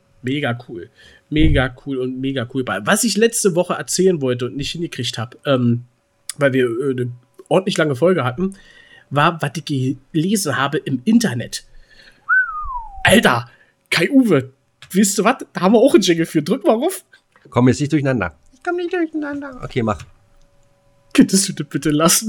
Was ich letzte Woche erzählen wollte und nicht hingekriegt habe, weil wir eine ordentlich lange Folge hatten, war, was ich gelesen habe im Internet. Alter, Kai-Uwe, wisst du was? Da haben wir auch einen Jingle für. Drück mal ruf. Komm jetzt nicht durcheinander. Ich komm nicht durcheinander. Okay, mach. Könntest du das bitte lassen?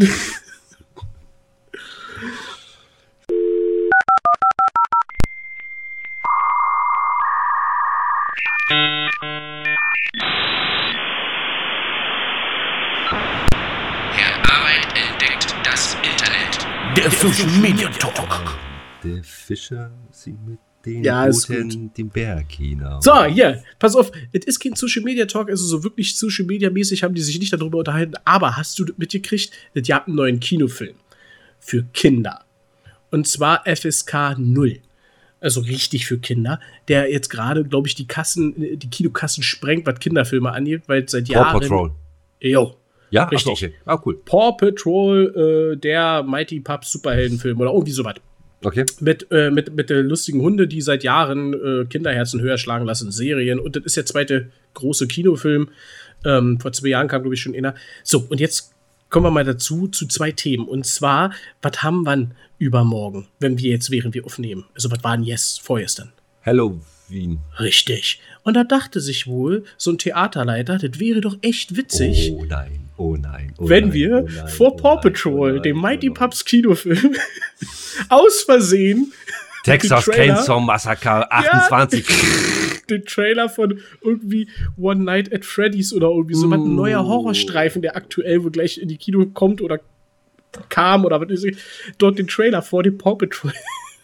Herr Arbeit entdeckt das Internet. Der Social Media Talk. Der Fischer singt mit den Booten den Berg hinauf. So, hier, pass auf, es ist kein Social Media Talk, also so wirklich Social Media mäßig haben die sich nicht darüber unterhalten, aber hast du das mitgekriegt? Das habt einen neuen Kinofilm für Kinder. Und zwar FSK 0. Also richtig für Kinder, der jetzt gerade, glaube ich, die Kinokassen sprengt, was Kinderfilme angeht, weil seit Jahren. Paw Patrol. Jo. Ja, richtig. Okay. Ah, cool. Paw Patrol, der Mighty Pups Superheldenfilm oder irgendwie sowas. Okay. Mit der lustigen Hunde, die seit Jahren Kinderherzen höher schlagen lassen, Serien. Und das ist der zweite große Kinofilm. Vor 2 Jahren kam, glaube ich, schon einer. So, und jetzt kommen wir mal dazu, zu 2 Themen. Und zwar, was haben wir übermorgen, während wir aufnehmen? Also, was war denn vorgestern? Halloween. Richtig. Und da dachte sich wohl so ein Theaterleiter, das wäre doch echt witzig. Oh nein. Wenn wir vor Paw Patrol, dem Mighty Pups Kinofilm, aus Versehen Texas Chainsaw Massacre 28. Den Trailer von irgendwie One Night at Freddy's oder irgendwie so ein neuer Horrorstreifen, der aktuell wohl gleich in die Kino kommt oder kam oder was ist ich, dort den Trailer vor dem Paw Patrol.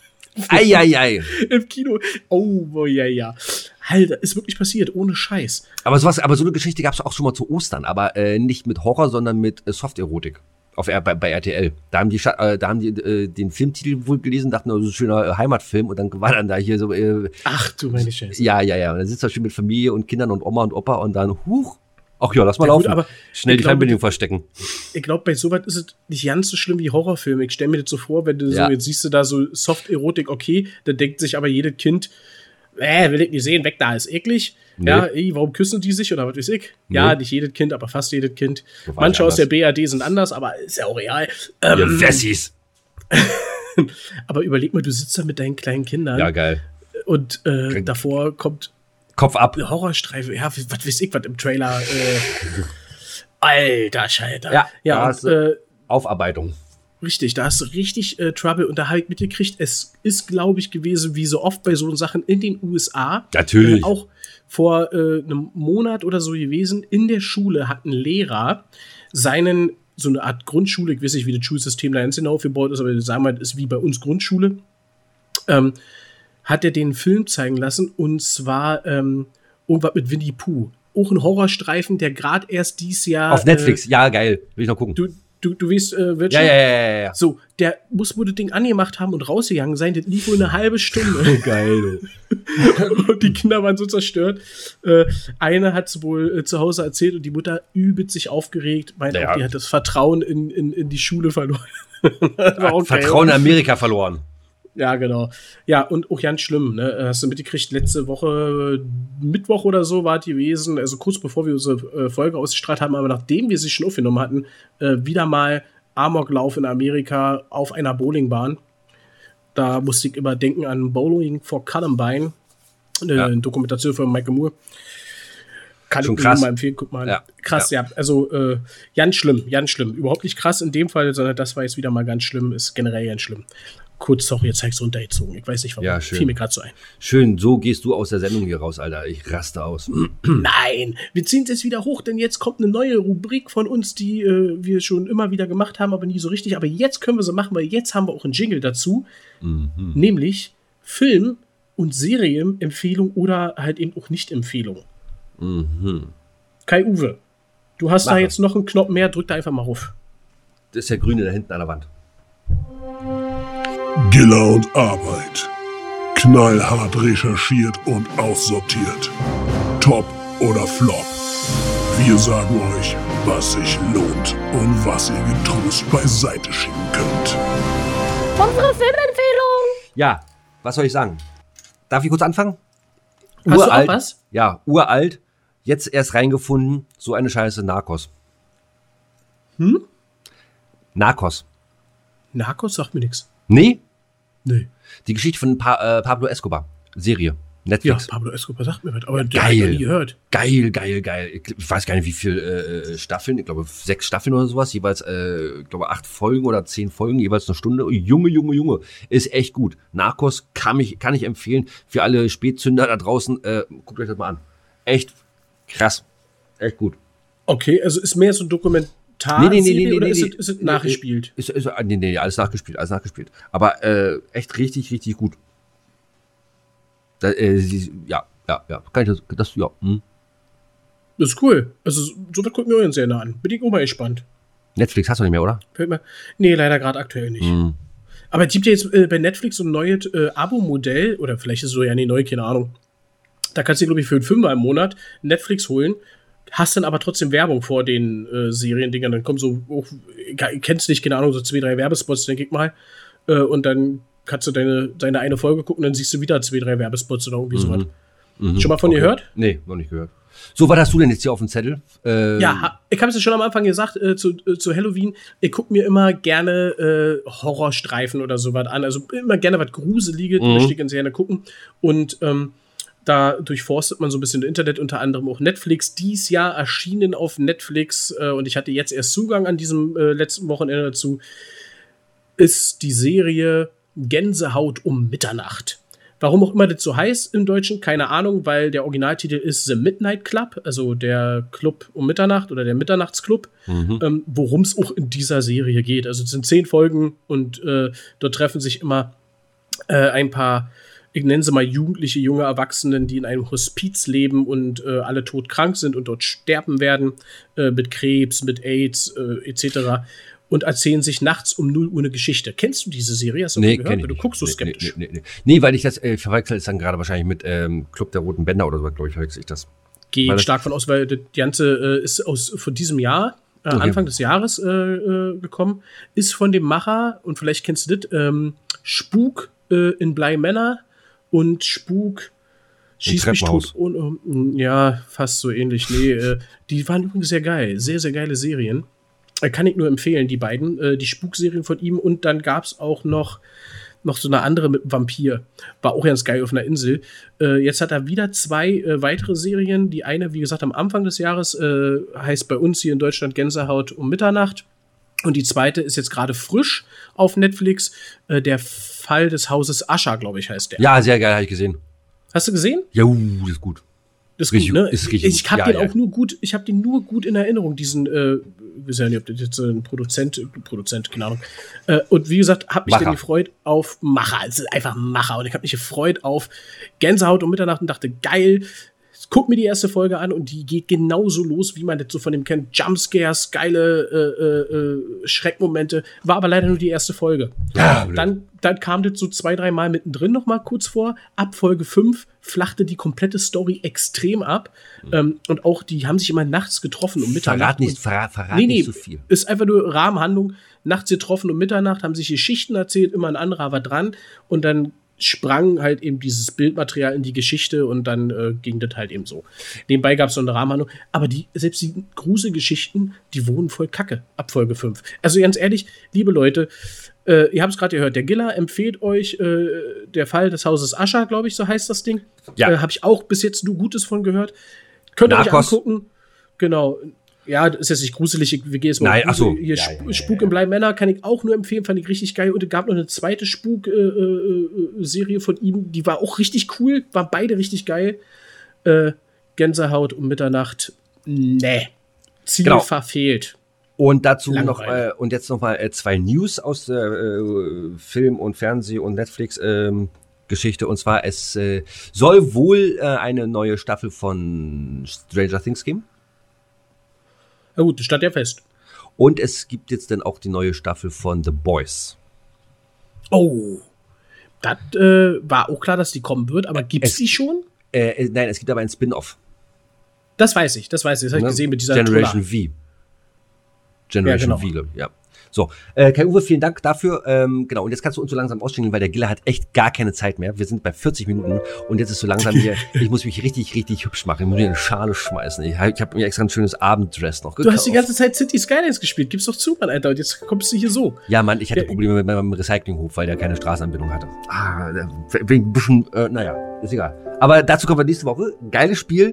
Ei. Im Kino. Oh, ja. Alter, ist wirklich passiert, ohne Scheiß. Aber so eine Geschichte gab es auch schon mal zu Ostern, aber nicht mit Horror, sondern mit Soft-Erotik. Bei RTL. Da haben die den Filmtitel wohl gelesen, dachten, das ist ein schöner Heimatfilm und dann war dann da hier so. Ach du meine Scheiße. Ja. Und dann sitzt da schön mit Familie und Kindern und Oma und Opa und dann, ach ja, lass mal laufen. Aber schnell die Fernbedienung verstecken. Ich glaube, bei sowas ist es nicht ganz so schlimm wie Horrorfilme. Ich stelle mir das so vor, wenn du so, jetzt siehst du da so Soft-Erotik, okay, dann denkt sich aber jedes Kind, will ich nicht sehen, weg da, ist eklig. Nee. Ja, warum küssen die sich oder was weiß ich? Nee. Ja, nicht jedes Kind, aber fast jedes Kind. Manche aus der BRD sind anders, aber ist ja auch real. Wessis. Aber überleg mal, du sitzt da mit deinen kleinen Kindern. Ja, geil. Und davor kommt Kopf ab. Horrorstreife, ja, was weiß ich, was im Trailer. Alter Schalter. Ja, Aufarbeitung. Richtig, da hast du richtig Trouble und da habe ich mitgekriegt, es ist, glaube ich, gewesen, wie so oft bei so Sachen in den USA. Natürlich. Auch vor einem Monat oder so gewesen, in der Schule hat ein Lehrer so eine Art Grundschule, ich weiß nicht, wie das Schulsystem da ganz genau aufgebaut ist, aber sagen wir, das ist wie bei uns Grundschule, hat er den Film zeigen lassen und zwar irgendwas mit Winnie Pooh. Auch ein Horrorstreifen, der gerade erst dieses Jahr auf Netflix, ja, geil. Will ich noch gucken. Du weißt, wird schon. Ja. So, der muss wohl das Ding angemacht haben und rausgegangen sein. Das lief wohl eine halbe Stunde. Geil. Und die Kinder waren so zerstört. Eine hat es wohl zu Hause erzählt und die Mutter übelst sich aufgeregt. Meint auch, die hat das Vertrauen in die Schule verloren. War auch Vertrauen in Amerika verloren. Ja, genau. Ja, und auch ganz schlimm, ne? Hast du mitgekriegt, letzte Woche, Mittwoch oder so war es gewesen, also kurz bevor wir unsere Folge ausgestrahlt haben, aber nachdem wir sie schon aufgenommen hatten, wieder mal Amoklauf in Amerika auf einer Bowlingbahn. Da musste ich immer denken an Bowling for Columbine, eine Dokumentation von Michael Moore. Kann schon ich mir mal empfehlen, guck mal. Ja. Krass, ja. Also, ganz schlimm. Überhaupt nicht krass in dem Fall, sondern das war jetzt wieder mal ganz schlimm, ist generell ganz schlimm. Kurz, sorry, jetzt habe ich es runtergezogen. Ich weiß nicht, warum. Ja, schön. Fiel mir gerade so ein. Schön, so gehst du aus der Sendung hier raus, Alter. Ich raste aus. Nein, wir ziehen es jetzt wieder hoch, denn jetzt kommt eine neue Rubrik von uns, die wir schon immer wieder gemacht haben, aber nie so richtig. Aber jetzt können wir sie machen, weil jetzt haben wir auch einen Jingle dazu. Nämlich Film- und Serienempfehlung oder halt eben auch Nicht-Empfehlung. Kai-Uwe, du hast da jetzt noch einen Knopf mehr, drück da einfach mal rauf. Das ist der Grüne da hinten an der Wand. Giller und Arbeit. Knallhart recherchiert und aussortiert. Top oder Flop. Wir sagen euch, was sich lohnt und was ihr getrost beiseite schieben könnt. Unsere Filmempfehlung! Ja, was soll ich sagen? Darf ich kurz anfangen? Hast uralt, du auch was? Ja, uralt. Jetzt erst reingefunden. So eine Scheiße, Narcos. Narcos. Narcos sagt mir nichts. Nee? Nee. Die Geschichte von Pablo Escobar. Serie. Netflix. Ja, Pablo Escobar sagt mir was, aber geil. Hab ich nie gehört. Geil. Ich weiß gar nicht, wie viele Staffeln. Ich glaube, 6 Staffeln oder sowas. Jeweils, ich glaube, 8 Folgen oder 10 Folgen. Jeweils eine Stunde. Junge. Ist echt gut. Narcos kann ich empfehlen. Für alle Spätzünder da draußen. Guckt euch das mal an. Echt krass. Echt gut. Okay, also ist mehr so ein Dokumentar. Nee, oder ist es nachgespielt? Nee, alles nachgespielt. Aber echt richtig gut. Kann ich das. Das ist cool. Also, so was gucken wir uns sehr nah an. Bin ich auch mal gespannt. Netflix hast du nicht mehr, oder? Nee, leider gerade aktuell nicht. Aber es gibt ja jetzt bei Netflix so ein neues Abo-Modell, oder vielleicht ist es so ja neu, keine Ahnung. Da kannst du dir, glaube ich, für einen $5 im Monat Netflix holen. Hast dann aber trotzdem Werbung vor den Seriendingern. Dann kommen so, kennst du nicht, keine Ahnung, so 2, 3 Werbespots, denke ich mal. Und dann kannst du deine eine Folge gucken, dann siehst du wieder 2, 3 Werbespots oder irgendwie sowas. Schon mal von dir gehört? Nee, noch nicht gehört. So, was hast du denn jetzt hier auf dem Zettel? Ja, ich habe es ja schon am Anfang gesagt, zu Halloween, ich gucke mir immer gerne Horrorstreifen oder sowas an. Also immer gerne was Gruseliges, möchte ich ganz gerne gucken. Und da durchforstet man so ein bisschen das Internet, unter anderem auch Netflix. Dies Jahr erschienen auf Netflix, und ich hatte jetzt erst Zugang an diesem letzten Wochenende dazu, ist die Serie Gänsehaut um Mitternacht. Warum auch immer das so heißt im Deutschen, keine Ahnung, weil der Originaltitel ist The Midnight Club, also der Club um Mitternacht oder der Mitternachtsclub, worum es auch in dieser Serie geht. Also es sind 10 Folgen und dort treffen sich immer ein paar, ich nenne sie mal jugendliche, junge Erwachsenen, die in einem Hospiz leben und alle todkrank sind und dort sterben werden, mit Krebs, mit AIDS, etc., und erzählen sich nachts um 0 Uhr eine Geschichte. Kennst du diese Serie? Hast du gehört? Du guckst so skeptisch. Nee, weil ich das verwechsel es dann gerade wahrscheinlich mit Club der Roten Bänder oder so, glaube ich, verwechsel ich das. Gehe stark von aus, weil das Ganze ist von diesem Jahr, Anfang des Jahres gekommen, ist von dem Macher, und vielleicht kennst du das, Spuk in Bly Manor und Spuk Schieß mich tot. Ja, fast so ähnlich. Nee, die waren übrigens sehr geil. Sehr, sehr geile Serien. Kann ich nur empfehlen, die beiden. Die Spukserien von ihm. Und dann gab es auch noch so eine andere mit Vampir. War auch ganz geil auf einer Insel. Jetzt hat er wieder 2 weitere Serien. Die eine, wie gesagt, am Anfang des Jahres heißt bei uns hier in Deutschland Gänsehaut um Mitternacht. Und die zweite ist jetzt gerade frisch auf Netflix. Der Fall des Hauses Usher, glaube ich, heißt der. Ja, sehr geil, habe ich gesehen. Hast du gesehen? Ja, das ist gut. Das ist richtig, gut, ne? Ist richtig ich habe den auch nur gut, ich habe den nur gut in Erinnerung, diesen, ich weiß ja nicht, ob das jetzt ein Produzent, keine Ahnung. Und wie gesagt, habe mich dann gefreut auf Macher. Es ist einfach Macher. Und ich habe mich gefreut auf Gänsehaut um Mitternacht und dachte, geil, guck mir die erste Folge an und die geht genauso los, wie man das so von dem kennt. Jumpscares, geile Schreckmomente. War aber leider nur die erste Folge. Ja, dann kam das so 2-3 Mal mittendrin noch mal kurz vor. Ab Folge 5 flachte die komplette Story extrem ab. Und auch die haben sich immer nachts getroffen um Mitternacht. Verrat nicht so viel. Ist einfach nur Rahmenhandlung. Nachts getroffen um Mitternacht, haben sich Geschichten erzählt, immer ein anderer war dran. Und dann sprang halt eben dieses Bildmaterial in die Geschichte und dann ging das halt eben so. Nebenbei gab es so eine Rahmenhandlung, aber selbst die Gruselgeschichten, die wurden voll kacke ab Folge 5. Also ganz ehrlich, liebe Leute, ihr habt es gerade gehört, der Giller empfiehlt euch der Fall des Hauses Usher, glaube ich, so heißt das Ding. Ja. Habe ich auch bis jetzt nur Gutes von gehört. Könnt ihr euch angucken. Genau. Ja, das ist jetzt nicht gruselig, wir gehen jetzt mal. Nein, achso. Hier Spuk im Bleiben Männer kann ich auch nur empfehlen, fand ich richtig geil. Und es gab noch eine zweite Spuk-Serie von ihm, die war auch richtig cool, waren beide richtig geil. Gänsehaut um Mitternacht, Ziel verfehlt. Und dazu noch, und jetzt noch mal 2 News aus der Film- und Fernseh- und Netflix-Geschichte. Und zwar, es soll wohl eine neue Staffel von Stranger Things geben. Na gut, das stand ja fest. Und es gibt jetzt dann auch die neue Staffel von The Boys. Oh, das war auch klar, dass die kommen wird, aber gibt es die schon? Nein, es gibt aber ein Spin-Off. Das weiß ich, das habe ich gesehen mit dieser Generation V. Generation V, glaube ich, ja. So, Kai-Uwe, vielen Dank dafür. Genau, und jetzt kannst du uns so langsam ausstellen, weil der Giller hat echt gar keine Zeit mehr. Wir sind bei 40 Minuten und jetzt ist so langsam hier, ich muss mich richtig, richtig hübsch machen. Ich muss mir eine Schale schmeißen. Ich hab mir extra ein schönes Abenddress noch gekauft. Du hast die ganze Zeit City Skylines gespielt. Gib's doch zu, Mann, Alter. Und jetzt kommst du hier so. Ja, Mann, ich hatte Probleme mit meinem Recyclinghof, weil der keine Straßenanbindung hatte. Wegen ein bisschen, naja, ist egal. Aber dazu kommen wir nächste Woche. Geiles Spiel.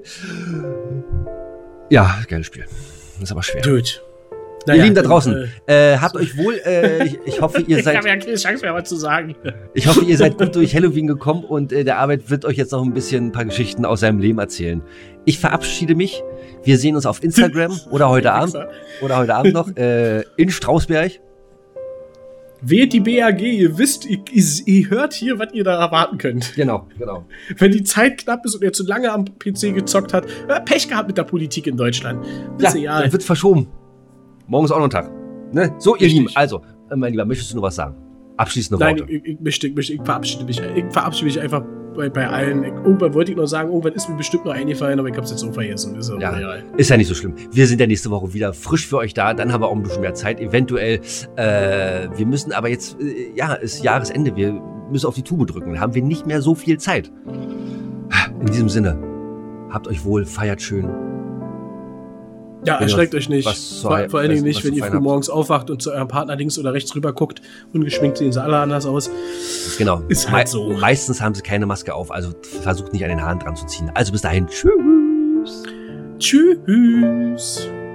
Ja, geiles Spiel. Das ist aber schwer. Dude. Ihr Lieben da draußen, habt euch wohl, ich hoffe, ihr seid... Ich habe ja keine Chance mehr, was zu sagen. Ich hoffe, ihr seid gut durch Halloween gekommen und der Arbeit wird euch jetzt noch ein paar Geschichten aus seinem Leben erzählen. Ich verabschiede mich. Wir sehen uns auf Instagram oder heute Abend noch in Strausberg. Wählt die BAG, ihr wisst, ihr hört hier, was ihr da erwarten könnt. Genau. Wenn die Zeit knapp ist und ihr zu lange am PC gezockt habt, Pech gehabt mit der Politik in Deutschland. Ja, dann wird verschoben. Morgen ist auch noch ein Tag. Ne? So, ihr Lieben, also, mein Lieber, möchtest du noch was sagen? Abschließende Worte. Nein, ich verabschiede mich einfach bei allen. Irgendwann wollte ich noch sagen, irgendwann ist mir bestimmt noch eingefallen, aber ich hab's jetzt so vergessen. Ist ja nicht so schlimm. Wir sind ja nächste Woche wieder frisch für euch da, dann haben wir auch ein bisschen mehr Zeit. Eventuell, wir müssen aber jetzt, ist Jahresende, wir müssen auf die Tube drücken, dann haben wir nicht mehr so viel Zeit. In diesem Sinne, habt euch wohl, feiert schön. Ja, erschreckt euch nicht. Vor allen Dingen nicht, wenn ihr früh morgens aufwacht und zu eurem Partner links oder rechts rüber guckt. Ungeschminkt sehen sie alle anders aus. Genau. Ist halt so. Meistens haben sie keine Maske auf, also versucht nicht an den Haaren dran zu ziehen. Also bis dahin. Tschüss. Tschüss.